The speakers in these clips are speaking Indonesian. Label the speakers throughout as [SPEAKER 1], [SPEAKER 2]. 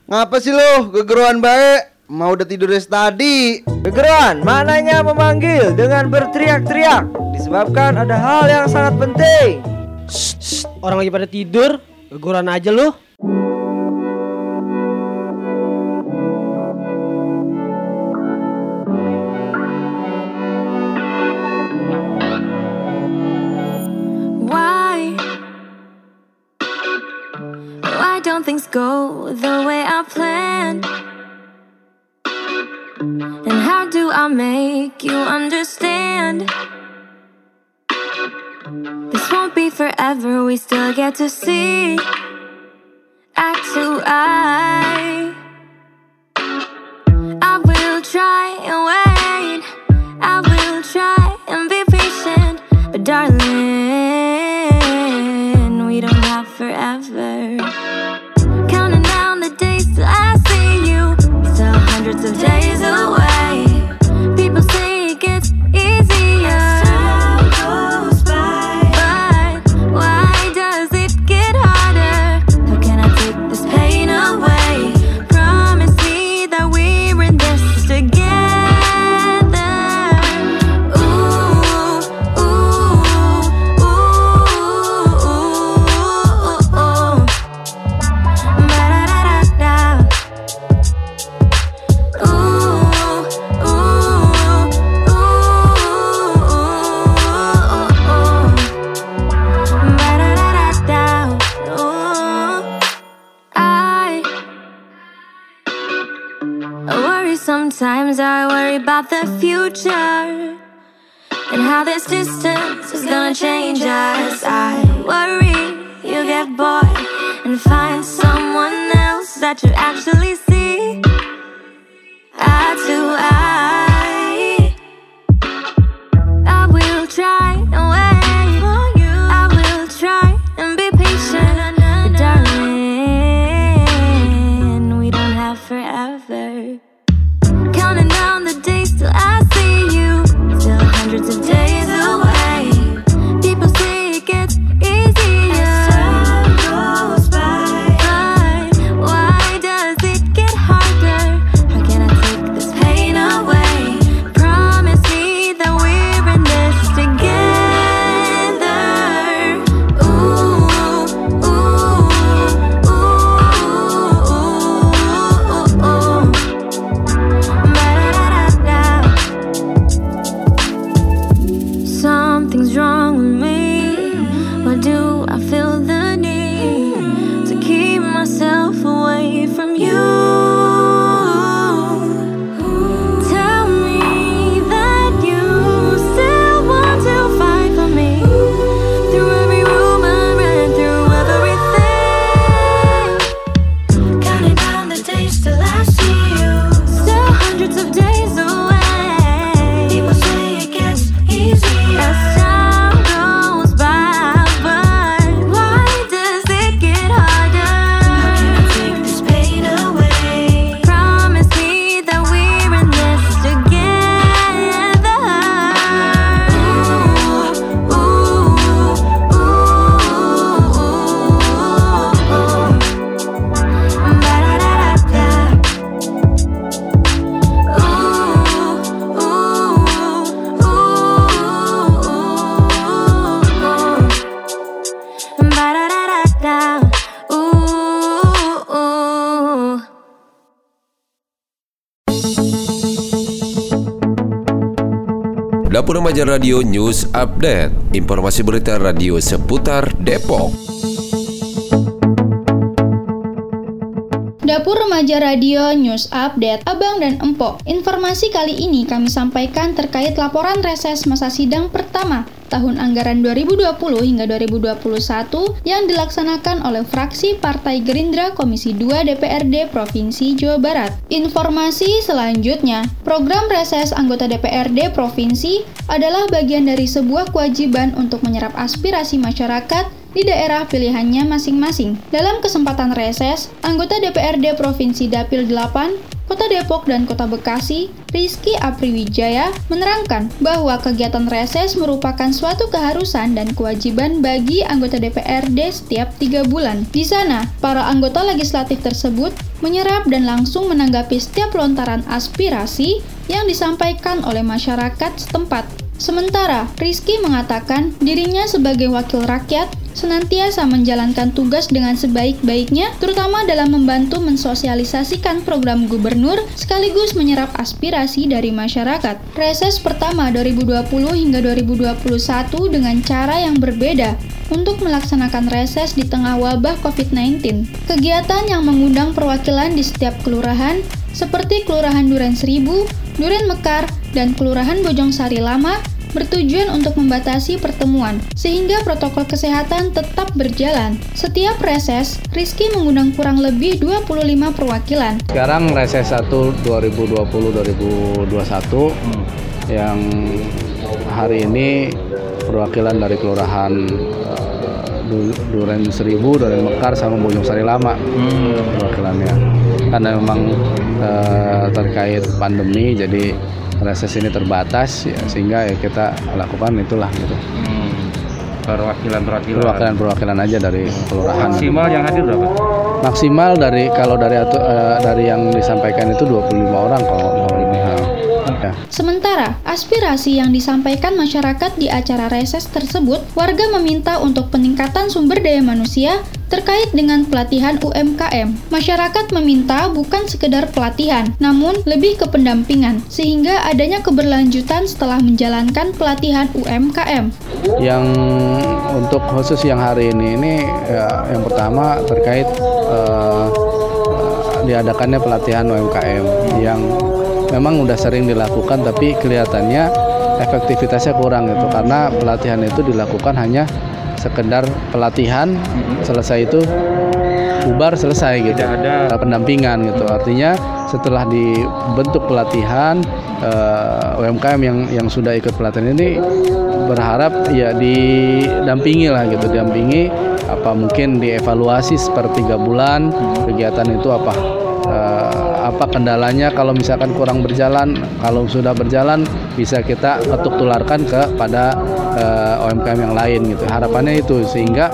[SPEAKER 1] Ngapa sih lo gegeruan baik? Mau udah tidur dari tadi.
[SPEAKER 2] Gegeruan, mananya memanggil dengan berteriak-teriak disebabkan ada hal yang sangat penting.
[SPEAKER 3] Shh, orang lagi pada tidur, gegeruan aja lu.
[SPEAKER 4] Why don't things go the way I planned? And how do I make you understand? This won't be forever, we still get to see eye to eye. I will try and wait, I will try and be patient, but darling, we don't have forever. Counting down the days till I see you, still hundreds of days away. People say it gets easier as time goes by, but why does it get harder? How can I take this pain away? Promise me that we're in this together. Ooh, ooh, ooh, ooh, ooh. Ba-da-da-da-da. Sometimes I worry about the future and how this distance is gonna change us. I worry you'll get bored and find someone else that you actually see eye to eye. I will try and wait for you, I will try and be patient, but darling, we don't have forever. Counting down the days till I see you, still hundreds of days away. People say it gets easier as time goes by, but why does it get harder? How can I take this pain away? Promise me that we're in this together. Ooh, ooh, ooh, ooh, ooh. Something's wrong with me. Why do I feel the need to keep myself away from you? Tell me that you still want to fight for me. Through every rumor and through everything. Counting down the days till I see you, still hundreds of days away. People say it gets easier as time goes by, but why does it get harder? How can I take this pain away? Promise me that we're in this together. Ooh, ooh, ooh, ba-da-da-da-da.
[SPEAKER 5] Dapur Remaja Radio News Update. Informasi berita radio seputar Depok.
[SPEAKER 6] Dapur Remaja Radio News Update, Abang dan Empok. Informasi kali ini kami sampaikan terkait laporan reses masa sidang pertama tahun anggaran 2020 hingga 2021 yang dilaksanakan oleh fraksi Partai Gerindra Komisi 2 DPRD Provinsi Jawa Barat. Informasi selanjutnya, program reses anggota DPRD Provinsi adalah bagian dari sebuah kewajiban untuk menyerap aspirasi masyarakat di daerah pilihannya masing-masing. Dalam kesempatan reses, anggota DPRD Provinsi Dapil 8, Kota Depok dan Kota Bekasi, Rizky Apriwijaya, menerangkan bahwa kegiatan reses merupakan suatu keharusan dan kewajiban bagi anggota DPRD setiap 3 bulan. Di sana, para anggota legislatif tersebut menyerap dan langsung menanggapi setiap lontaran aspirasi yang disampaikan oleh masyarakat setempat. Sementara, Rizky mengatakan dirinya sebagai wakil rakyat senantiasa menjalankan tugas dengan sebaik-baiknya, terutama dalam membantu mensosialisasikan program gubernur sekaligus menyerap aspirasi dari masyarakat. Reses pertama 2020 hingga 2021 dengan cara yang berbeda untuk melaksanakan reses di tengah wabah COVID-19. Kegiatan yang mengundang perwakilan di setiap kelurahan seperti Kelurahan Duren Seribu, Duren Mekar, dan Kelurahan Bojong Sari Lama bertujuan untuk membatasi pertemuan, sehingga protokol kesehatan tetap berjalan. Setiap reses, Rizky mengundang kurang lebih 25 perwakilan.
[SPEAKER 7] Sekarang reses 1 2020-2021 yang hari ini perwakilan dari Kelurahan Duren Seribu, Duren Mekar, sama Bojong Sari Lama perwakilannya. Karena memang terkait pandemi, jadi reses ini terbatas ya, sehingga ya kita lakukan itulah gitu. Perwakilan aja dari kelurahan.
[SPEAKER 8] Maksimal yang hadir berapa?
[SPEAKER 7] Maksimal dari yang disampaikan itu 25 orang kalau ini. Ya.
[SPEAKER 6] Sementara aspirasi yang disampaikan masyarakat di acara reses tersebut, warga meminta untuk peningkatan sumber daya manusia terkait dengan pelatihan UMKM. Masyarakat meminta bukan sekedar pelatihan, namun lebih ke pendampingan, sehingga adanya keberlanjutan setelah menjalankan pelatihan UMKM.
[SPEAKER 7] Yang untuk khusus yang hari ini ya, yang pertama terkait diadakannya pelatihan UMKM yang memang udah sering dilakukan, tapi kelihatannya efektivitasnya kurang gitu, karena pelatihan itu dilakukan hanya sekedar pelatihan, selesai itu bubar, selesai gitu, tidak ada pendampingan gitu. Artinya setelah dibentuk pelatihan, UMKM yang sudah ikut pelatihan ini berharap ya didampingi lah gitu, didampingi apa mungkin dievaluasi per 3 bulan kegiatan itu apa kendalanya, kalau misalkan kurang berjalan, kalau sudah berjalan bisa kita ketuk tularkan kepada UMKM yang lain gitu. Harapannya itu sehingga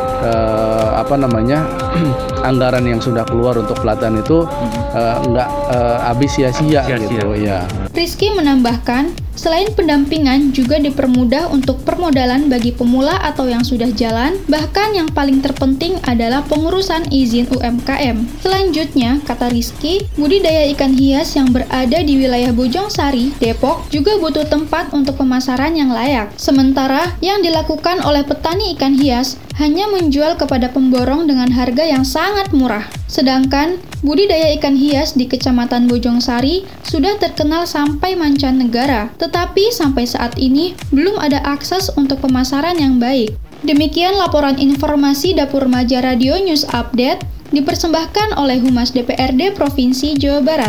[SPEAKER 7] anggaran yang sudah keluar untuk pelatihan itu nggak habis sia-sia gitu ya.
[SPEAKER 6] Rizky menambahkan, selain pendampingan juga dipermudah untuk permodalan bagi pemula atau yang sudah jalan, bahkan yang paling terpenting adalah pengurusan izin UMKM. Selanjutnya, kata Rizky, budidaya ikan hias yang berada di wilayah Bojong Sari, Depok juga butuh tempat untuk pemasaran yang layak. Sementara yang dilakukan oleh petani ikan hias hanya menjual kepada pemborong dengan harga yang sangat murah. Sedangkan budidaya ikan hias di Kecamatan Bojong Sari sudah terkenal sampai mancanegara, tetapi sampai saat ini belum ada akses untuk pemasaran yang baik. Demikian laporan informasi Dapur Remaja Radio News Update dipersembahkan oleh Humas DPRD Provinsi Jawa Barat.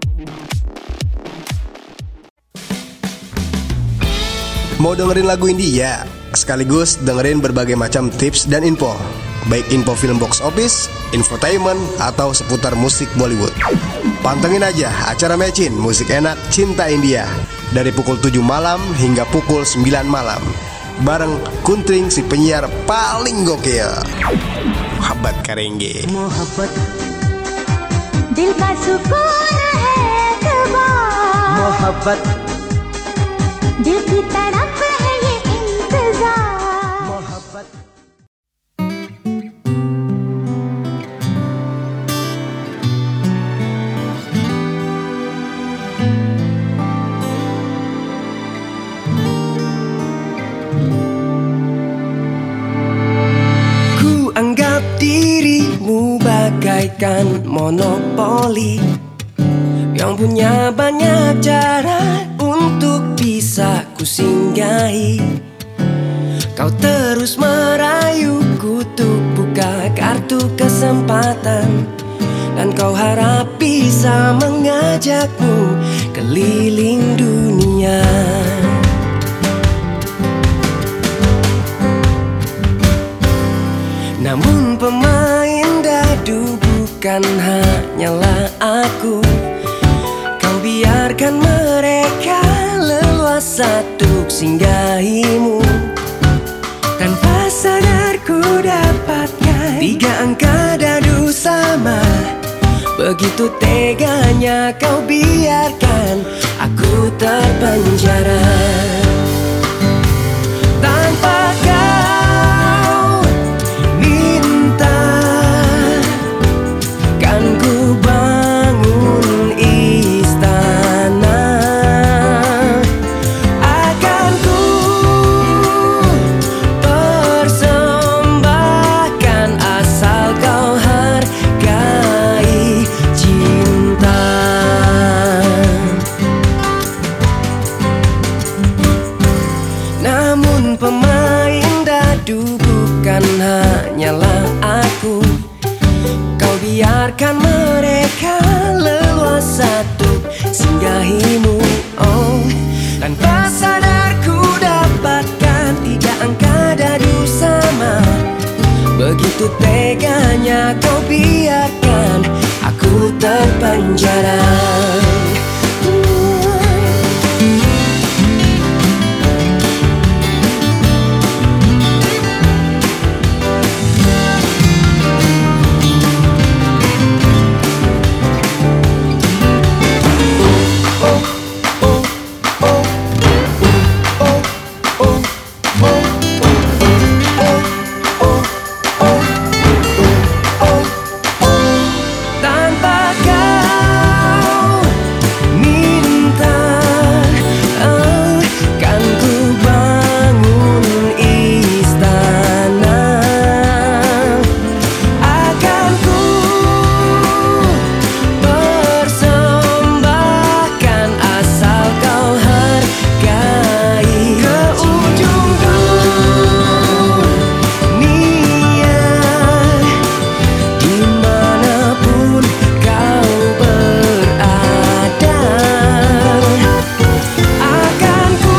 [SPEAKER 9] Mau dengerin lagu India? Sekaligus dengerin berbagai macam tips dan info, baik info film box office, infotainment, atau seputar musik Bollywood. Pantengin aja acara Mecin Musik Enak Cinta India dari pukul 7 malam hingga pukul 9 malam bareng Kuntring, si penyiar paling gokil. Mohabbat Karenge.
[SPEAKER 10] Mohabbat Dil ka sukun hai e'tibar. Mohabbat Dil ki taraf hai ye intizar. Mohabbat.
[SPEAKER 11] Anggap dirimu bagaikan monopoli yang punya banyak cara untuk bisa kusinggahi. Kau terus merayuku untuk buka kartu kesempatan, dan kau harap bisa mengajakmu keliling dunia. Namun pemain dadu bukan hanyalah aku. Kau biarkan mereka leluasa untuk singgahimu. Tanpa sadar ku dapatkan 3 angka dadu sama. Begitu teganya kau biarkan aku terpenjara. Tanpa kau minta, kan ku bangun istana. Akan ku persembahkan asal kau hargai cinta. Namun pemain dadu bukan hanyalah aku. Kau biarkan mereka leluasa untuk singgahimu. Oh, tanpa sadar ku dapatkan 3 angka dadu sama. Begitu teganya kau biarkan aku terpenjara. Tanpa kau minta, kan ku bangun istana. Akan ku persembahkan asal kau hargai. Ke ujung dunia, dimanapun kau berada, akan ku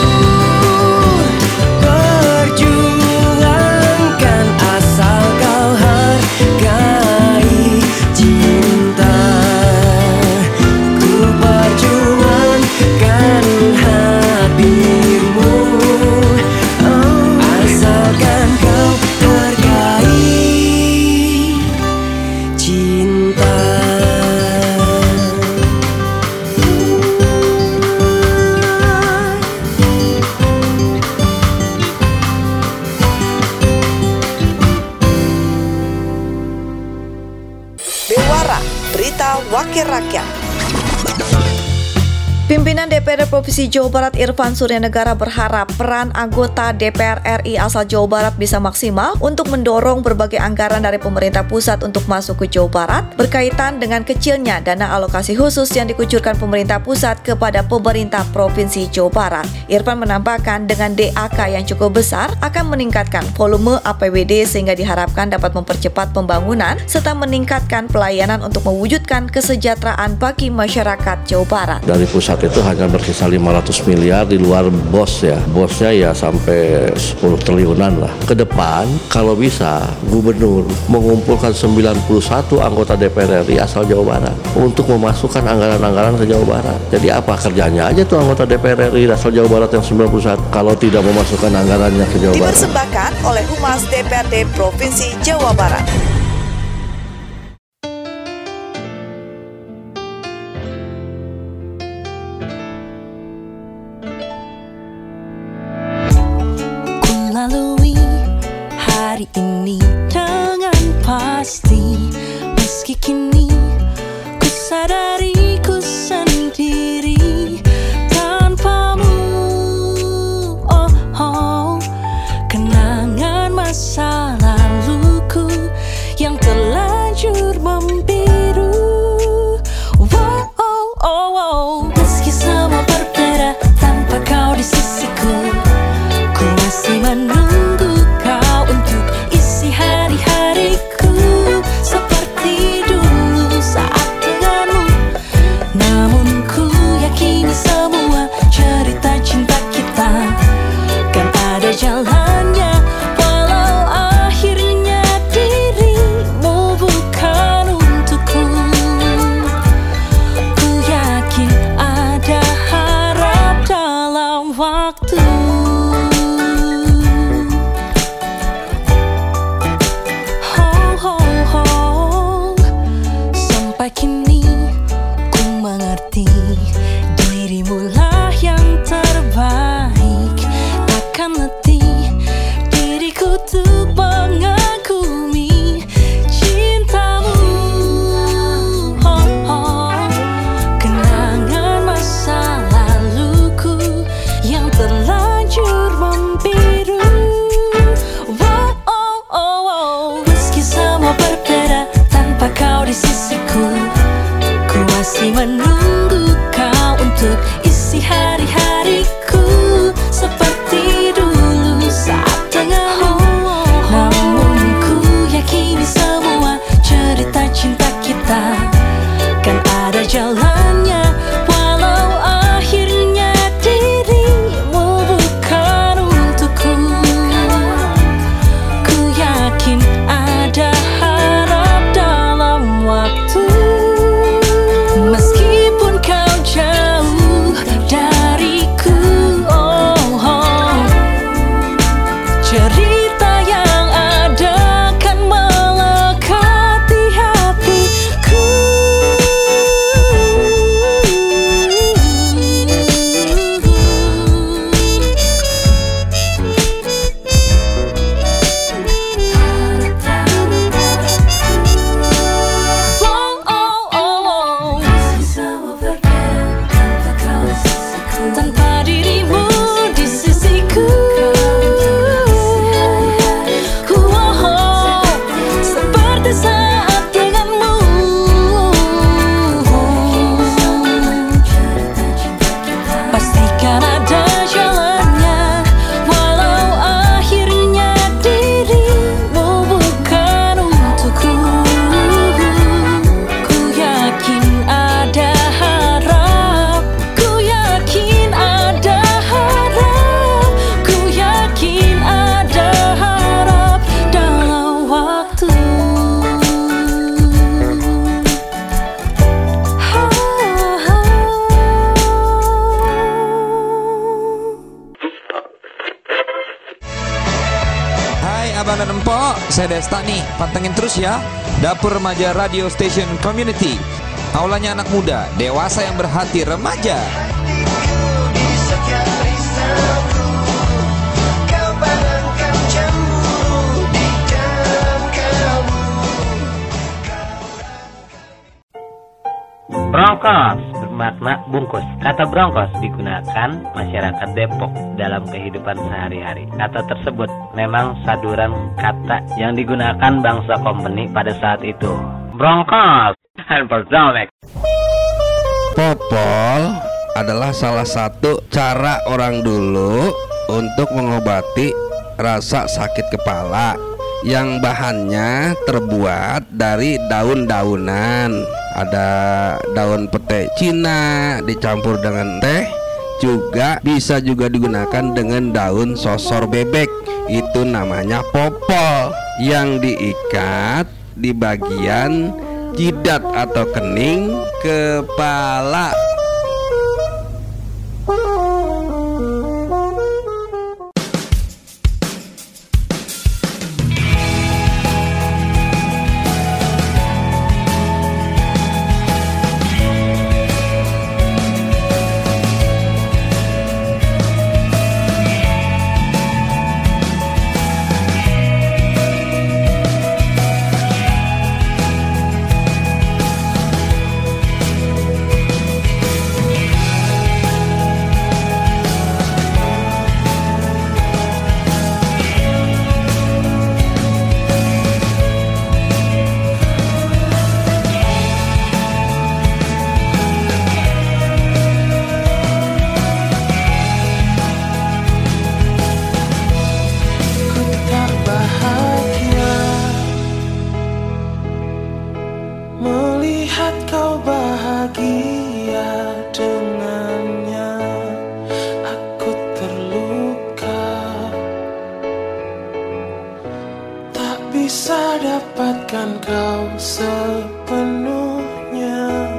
[SPEAKER 11] perjuangkan asal kau hargai cinta. Ku perjuangkan hadirmu, asalkan kau hargai cinta.
[SPEAKER 8] Bewara, berita Wakil Rakyat. Pimpinan DPRD Provinsi Jawa Barat Irfan Suryanegara berharap peran anggota DPR RI asal Jawa Barat bisa maksimal untuk mendorong berbagai anggaran dari pemerintah pusat untuk masuk ke Jawa Barat berkaitan dengan kecilnya dana alokasi khusus yang dikucurkan pemerintah pusat kepada pemerintah Provinsi Jawa Barat. Irfan menambahkan dengan DAK yang cukup besar akan meningkatkan volume APBD sehingga diharapkan dapat mempercepat pembangunan serta meningkatkan pelayanan untuk mewujudkan kesejahteraan bagi masyarakat Jawa Barat.
[SPEAKER 12] Dari pusat itu hanya berkisar 500 miliar di luar bos ya. Bosnya ya sampai 10 triliunan lah. Ke depan kalau bisa gubernur mengumpulkan 91 anggota DPR RI asal Jawa Barat untuk memasukkan anggaran-anggaran ke Jawa Barat. Jadi apa kerjanya aja tuh anggota DPR RI asal Jawa Barat yang 91 kalau tidak memasukkan anggarannya ke Jawa Barat.
[SPEAKER 8] Dipersembahkan oleh Humas DPRD Provinsi Jawa Barat.
[SPEAKER 10] Lalui hari ini dengan pasti, meski kini ku sadari ku sendiri tanpamu. Kenangan masa laluku yang terlanjur membiru. Meski semua berbeda tanpa kau di sisiku, ku masih menunggu kau untuk isi hari-hariku seperti dulu saat denganmu. Namun ku yakini semua cerita cinta kita kan ada jalannya, walau akhir
[SPEAKER 13] saya Desta nih, pantengin terus ya Dapur Remaja Radio Station Community. Aulanya anak muda, dewasa yang berhati remaja.
[SPEAKER 14] Brongkos bermakna bungkus. Kata brongkos digunakan masyarakat Depok dalam kehidupan sehari-hari. Kata tersebut memang saduran kata yang digunakan bangsa kompeni pada saat itu. Brongkos and perdomek.
[SPEAKER 5] Popol adalah salah satu cara orang dulu untuk mengobati rasa sakit kepala yang bahannya terbuat dari daun-daunan. Ada daun pete Cina dicampur dengan teh, juga bisa digunakan dengan daun sosor bebek. Itu namanya popol yang diikat di bagian jidat atau kening kepala.
[SPEAKER 11] Melihat kau bahagia dengannya, aku terluka. Tak bisa dapatkan kau sepenuhnya.